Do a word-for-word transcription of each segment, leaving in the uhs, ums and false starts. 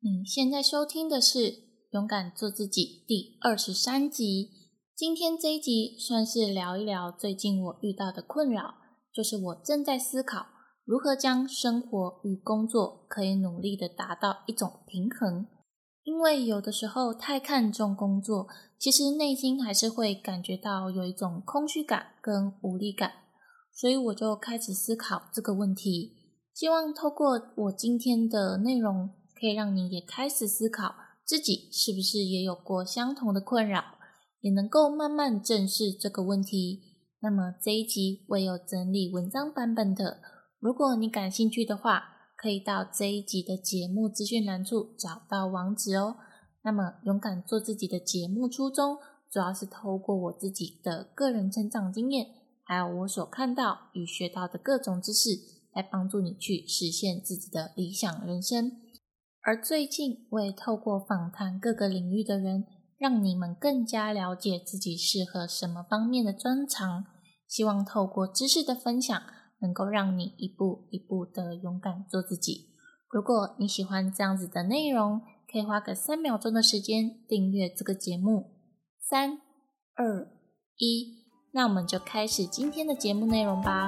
你现在收听的是《勇敢做自己》第二十三集。今天这一集算是聊一聊最近我遇到的困扰，就是我正在思考如何将生活与工作可以努力的达到一种平衡。因为有的时候太看重工作，其实内心还是会感觉到有一种空虚感跟无力感，所以我就开始思考这个问题，希望透过我今天的内容可以让你也开始思考自己是不是也有过相同的困扰，也能够慢慢正视这个问题。那么这一集我有整理文章版本的，如果你感兴趣的话，可以到这一集的节目资讯栏处找到网址哦。那么勇敢做自己的节目初衷，主要是透过我自己的个人成长经验，还有我所看到与学到的各种知识，来帮助你去实现自己的理想人生。而最近我也透过访谈各个领域的人，让你们更加了解自己适合什么方面的专长，希望透过知识的分享，能够让你一步一步的勇敢做自己。如果你喜欢这样子的内容，可以花个三秒钟的时间订阅这个节目。三、二、一，那我们就开始今天的节目内容吧。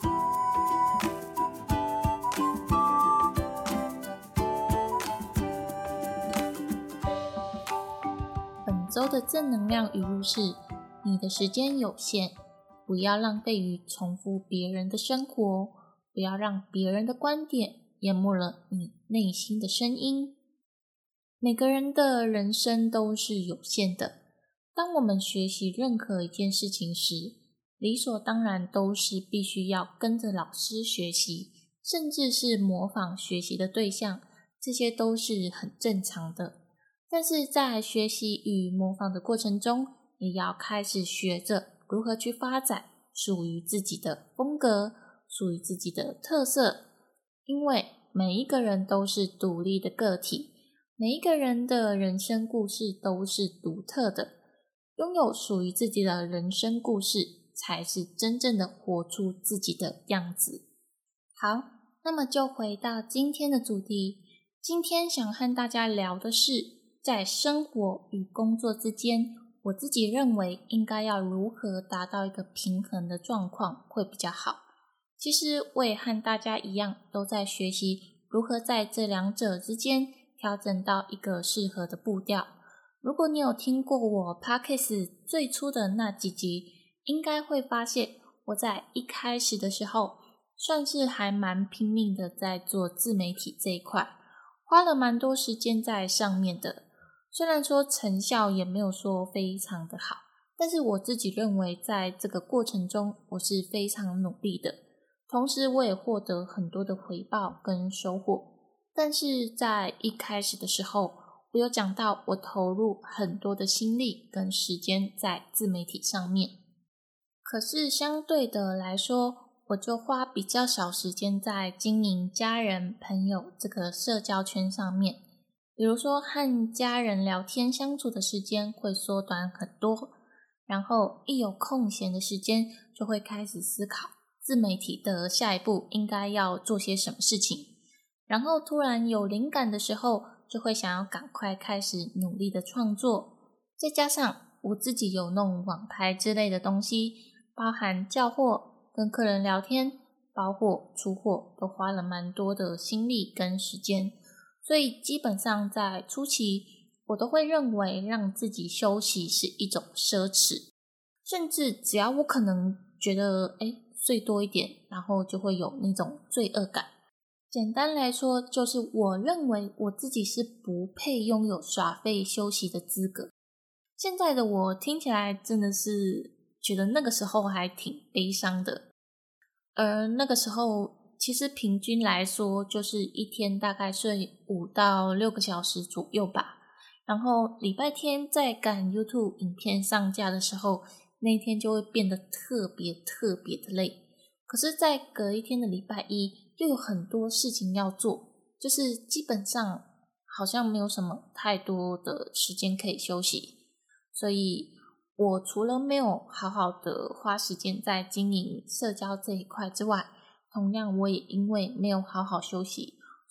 本周的正能量语录是：你的时间有限，不要浪费于重复别人的生活，不要让别人的观点淹没了你内心的声音。每个人的人生都是有限的，当我们学习任何一件事情时，理所当然都是必须要跟着老师学习，甚至是模仿学习的对象，这些都是很正常的。但是在学习与模仿的过程中，也要开始学着如何去发展属于自己的风格，属于自己的特色。因为每一个人都是独立的个体，每一个人的人生故事都是独特的，拥有属于自己的人生故事，才是真正的活出自己的样子。好，那么就回到今天的主题。今天想和大家聊的是，在生活与工作之间，我自己认为应该要如何达到一个平衡的状况会比较好。其实我也和大家一样，都在学习如何在这两者之间调整到一个适合的步调。如果你有听过我 Podcast 最初的那几集，应该会发现我在一开始的时候算是还蛮拼命的在做自媒体这一块，花了蛮多时间在上面的。虽然说成效也没有说非常的好，但是我自己认为在这个过程中我是非常努力的，同时我也获得很多的回报跟收获。但是在一开始的时候，我有讲到我投入很多的心力跟时间在自媒体上面，可是相对的来说，我就花比较少时间在经营家人朋友这个社交圈上面。比如说和家人聊天相处的时间会缩短很多，然后一有空闲的时间就会开始思考自媒体的下一步应该要做些什么事情，然后突然有灵感的时候就会想要赶快开始努力的创作。再加上我自己有弄网拍之类的东西，包含叫货、跟客人聊天、包货、出货，都花了蛮多的心力跟时间。所以基本上在初期，我都会认为让自己休息是一种奢侈，甚至只要我可能觉得诶睡多一点，然后就会有那种罪恶感。简单来说，就是我认为我自己是不配拥有耍废休息的资格。现在的我听起来真的是觉得那个时候还挺悲伤的，而那个时候其实平均来说就是一天大概睡五到六个小时左右吧，然后礼拜天在赶 YouTube 影片上架的时候，那一天就会变得特别特别的累。可是在隔一天的礼拜一又有很多事情要做，就是基本上好像没有什么太多的时间可以休息。所以我除了没有好好的花时间在经营社交这一块之外，同样我也因为没有好好休息，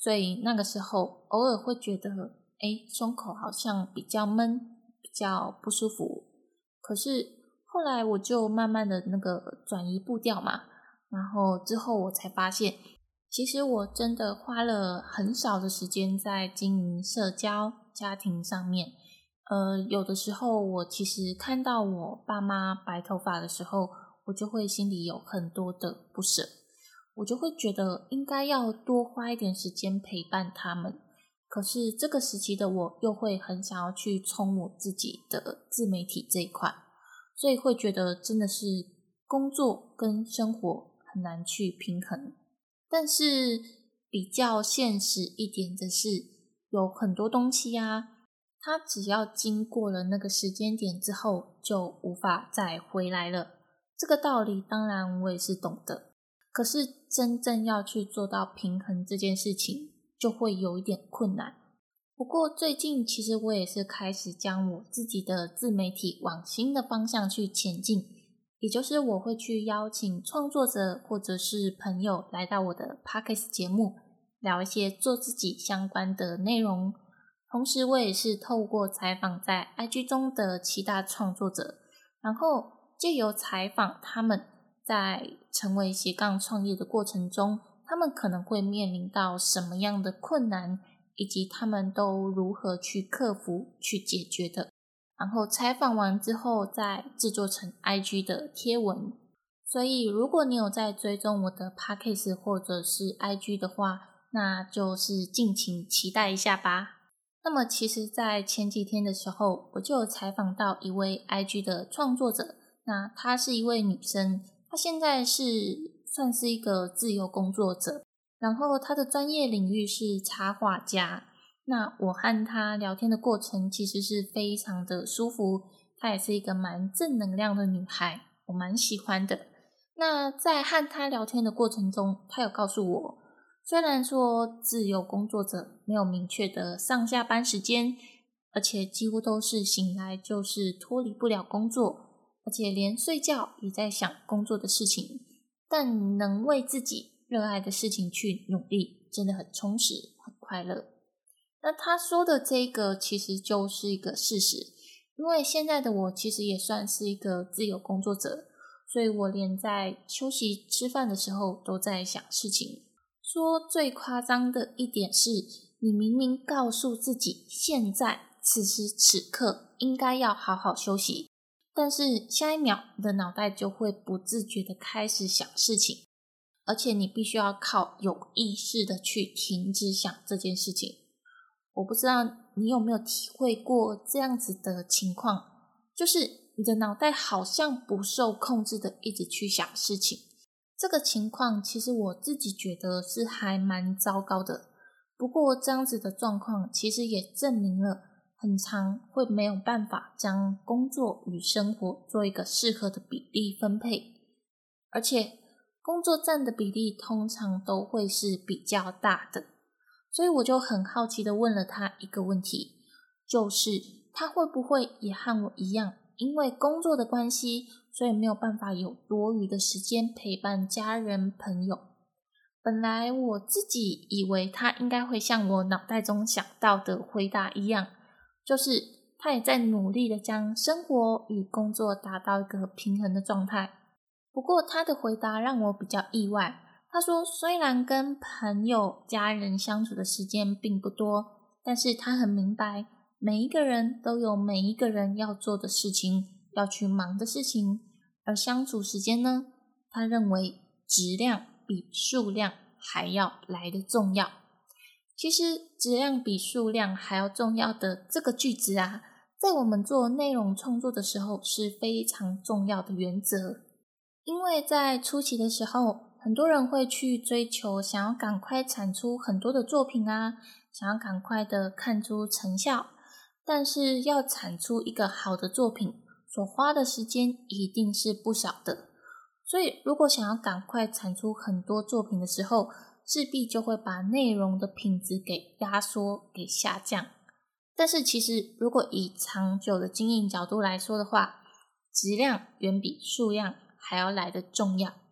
所以那个时候偶尔会觉得，诶，胸口好像比较闷，比较不舒服。可是后来我就慢慢的那个转移步调嘛，然后之后我才发现，其实我真的花了很少的时间在经营社交、家庭上面。呃，有的时候我其实看到我爸妈白头发的时候，我就会心里有很多的不舍。我就会觉得应该要多花一点时间陪伴他们，可是这个时期的我又会很想要去冲我自己的自媒体这一块，所以会觉得真的是工作跟生活很难去平衡。但是比较现实一点的是，有很多东西啊，它只要经过了那个时间点之后，就无法再回来了。这个道理当然我也是懂的。可是真正要去做到平衡这件事情，就会有一点困难。不过最近其实我也是开始将我自己的自媒体往新的方向去前进，也就是我会去邀请创作者或者是朋友来到我的 Podcast 节目，聊一些做自己相关的内容。同时我也是透过采访在 I G 中的其他创作者，然后藉由采访他们在成为斜杠创业的过程中，他们可能会面临到什么样的困难，以及他们都如何去克服、去解决的。然后采访完之后再制作成 I G 的贴文。所以如果你有在追踪我的 Podcast 或者是 I G 的话，那就是敬请期待一下吧。那么其实在前几天的时候，我就有采访到一位 I G 的创作者，那她是一位女生，她现在是算是一个自由工作者，然后她的专业领域是插画家。那我和她聊天的过程其实是非常的舒服，她也是一个蛮正能量的女孩，我蛮喜欢的。那在和她聊天的过程中，她有告诉我，虽然说自由工作者没有明确的上下班时间，而且几乎都是醒来就是脱离不了工作，而且连睡觉也在想工作的事情，但能为自己热爱的事情去努力，真的很充实，很快乐。那他说的这个其实就是一个事实，因为现在的我其实也算是一个自由工作者，所以我连在休息吃饭的时候都在想事情。说最夸张的一点是，你明明告诉自己现在此时此刻应该要好好休息，但是下一秒你的脑袋就会不自觉的开始想事情，而且你必须要靠有意识的去停止想这件事情。我不知道你有没有体会过这样子的情况，就是你的脑袋好像不受控制的一直去想事情。这个情况其实我自己觉得是还蛮糟糕的，不过这样子的状况其实也证明了很常会没有办法将工作与生活做一个适合的比例分配，而且工作占的比例通常都会是比较大的。所以我就很好奇的问了他一个问题，就是他会不会也和我一样，因为工作的关系，所以没有办法有多余的时间陪伴家人朋友。本来我自己以为他应该会像我脑袋中想到的回答一样，就是他也在努力的将生活与工作达到一个平衡的状态。不过他的回答让我比较意外，他说虽然跟朋友家人相处的时间并不多，但是他很明白每一个人都有每一个人要做的事情，要去忙的事情，而相处时间呢，他认为质量比数量还要来得重要。其实质量比数量还要重要的这个句子啊，在我们做内容创作的时候是非常重要的原则。因为在初期的时候，很多人会去追求想要赶快产出很多的作品啊，想要赶快的看出成效，但是要产出一个好的作品，所花的时间一定是不少的。所以如果想要赶快产出很多作品的时候，势必就会把内容的品质给压缩、给下降。但是其实如果以长久的经营角度来说的话，质量远比数量还要来得重要。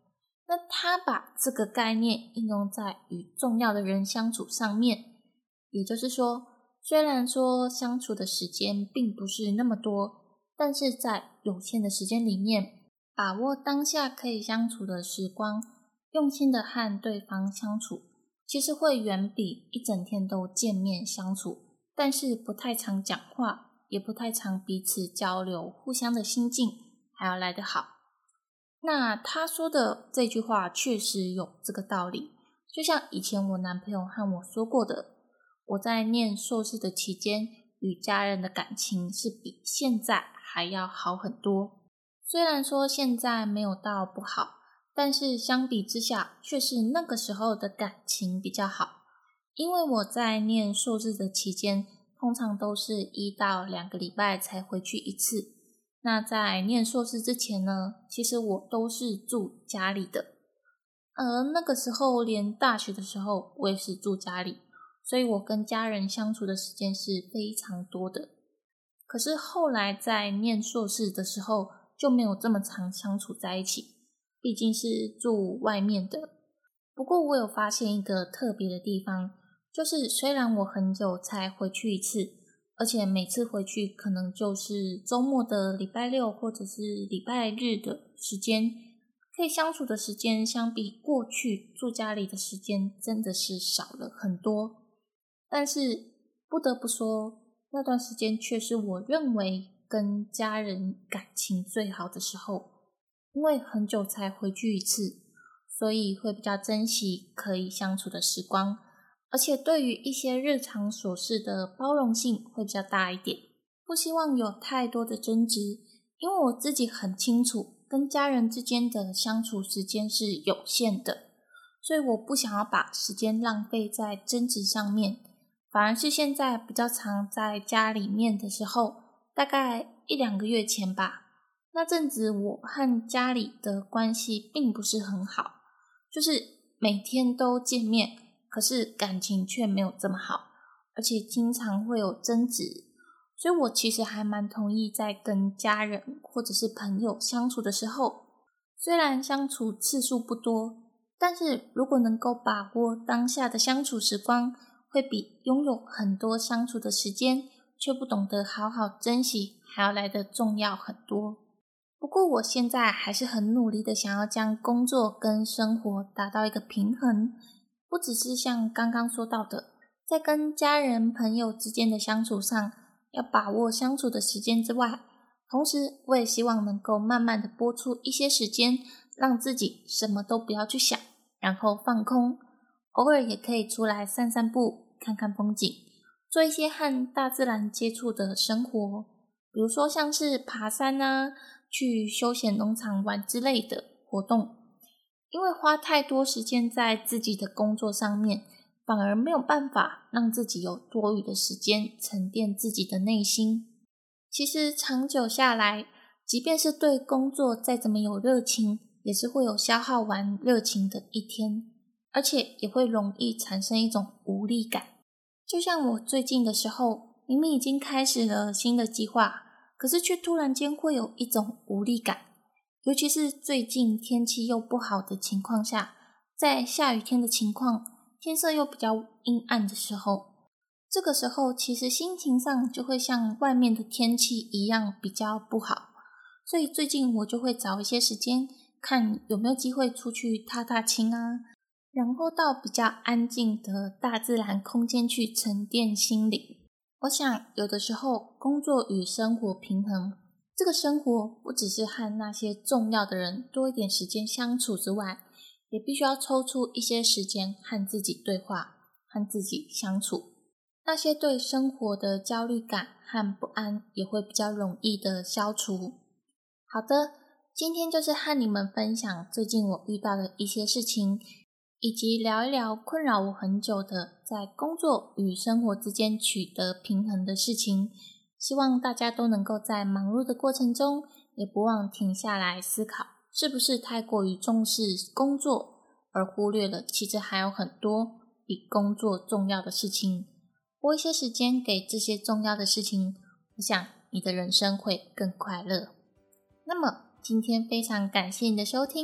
那他把这个概念应用在与重要的人相处上面，也就是说，虽然说相处的时间并不是那么多，但是在有限的时间里面，把握当下可以相处的时光，用心的和对方相处，其实会远比一整天都见面相处，但是不太常讲话，也不太常彼此交流互相的心境还要来得好。那他说的这句话确实有这个道理，就像以前我男朋友和我说过的，我在念硕士的期间与家人的感情是比现在还要好很多。虽然说现在没有到不好，但是相比之下却是那个时候的感情比较好。因为我在念硕士的期间通常都是一到两个礼拜才回去一次，那在念硕士之前呢，其实我都是住家里的，而那个时候连大学的时候我也是住家里，所以我跟家人相处的时间是非常多的。可是后来在念硕士的时候就没有这么常相处在一起，毕竟是住外面的。不过我有发现一个特别的地方，就是虽然我很久才回去一次，而且每次回去可能就是周末的礼拜六或者是礼拜日的时间，可以相处的时间相比过去住家里的时间真的是少了很多。但是不得不说，那段时间却是我认为跟家人感情最好的时候，因为很久才回去一次，所以会比较珍惜可以相处的时光，而且对于一些日常琐事的包容性会比较大一点，不希望有太多的争执，因为我自己很清楚跟家人之间的相处时间是有限的，所以我不想要把时间浪费在争执上面，反而是现在比较常在家里面的时候，大概一两个月前吧，那阵子我和家里的关系并不是很好，就是每天都见面，可是感情却没有这么好，而且经常会有争执，所以我其实还蛮同意在跟家人或者是朋友相处的时候，虽然相处次数不多，但是如果能够把握当下的相处时光，会比拥有很多相处的时间却不懂得好好珍惜还要来得重要很多。不过我现在还是很努力的想要将工作跟生活达到一个平衡，不只是像刚刚说到的，在跟家人朋友之间的相处上要把握相处的时间之外，同时我也希望能够慢慢的拨出一些时间，让自己什么都不要去想，然后放空，偶尔也可以出来散散步，看看风景，做一些和大自然接触的生活，比如说像是爬山啊，去休闲农场玩之类的活动。因为花太多时间在自己的工作上面，反而没有办法让自己有多余的时间沉淀自己的内心。其实长久下来，即便是对工作再怎么有热情，也是会有消耗完热情的一天，而且也会容易产生一种无力感。就像我最近的时候，明明已经开始了新的计划，可是却突然间会有一种无力感，尤其是最近天气又不好的情况下，在下雨天的情况，天色又比较阴暗的时候，这个时候其实心情上就会像外面的天气一样比较不好，所以最近我就会找一些时间，看有没有机会出去踏踏青啊，然后到比较安静的大自然空间去沉淀心灵。我想有的时候工作与生活平衡，这个生活不只是和那些重要的人多一点时间相处之外，也必须要抽出一些时间和自己对话，和自己相处。那些对生活的焦虑感和不安也会比较容易的消除。好的，今天就是和你们分享最近我遇到的一些事情，以及聊一聊困扰我很久的在工作与生活之间取得平衡的事情。希望大家都能够在忙碌的过程中，也不忘停下来思考，是不是太过于重视工作，而忽略了其实还有很多比工作重要的事情。拨一些时间给这些重要的事情，我想你的人生会更快乐。那么今天非常感谢你的收听，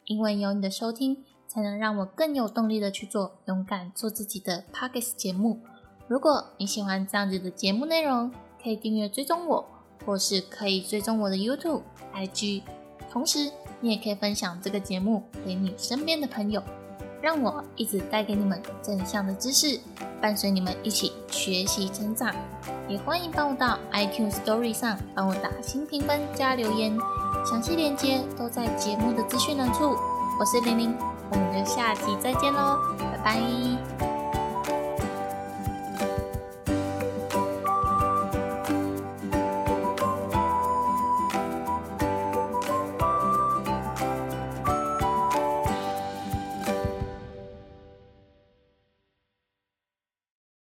因为有你的收听，才能让我更有动力的去做勇敢做自己的 Podcast 节目。如果你喜欢这样子的节目内容，可以订阅追踪我，或是可以追踪我的 YouTube、I G。同时，你也可以分享这个节目给你身边的朋友，让我一直带给你们正向的知识，伴随你们一起学习成长。也欢迎帮我到 iTunes Story 上帮我打新评分加留言，详细链接都在节目的资讯栏处。我是玲玲，我们就下集再见咯，拜拜。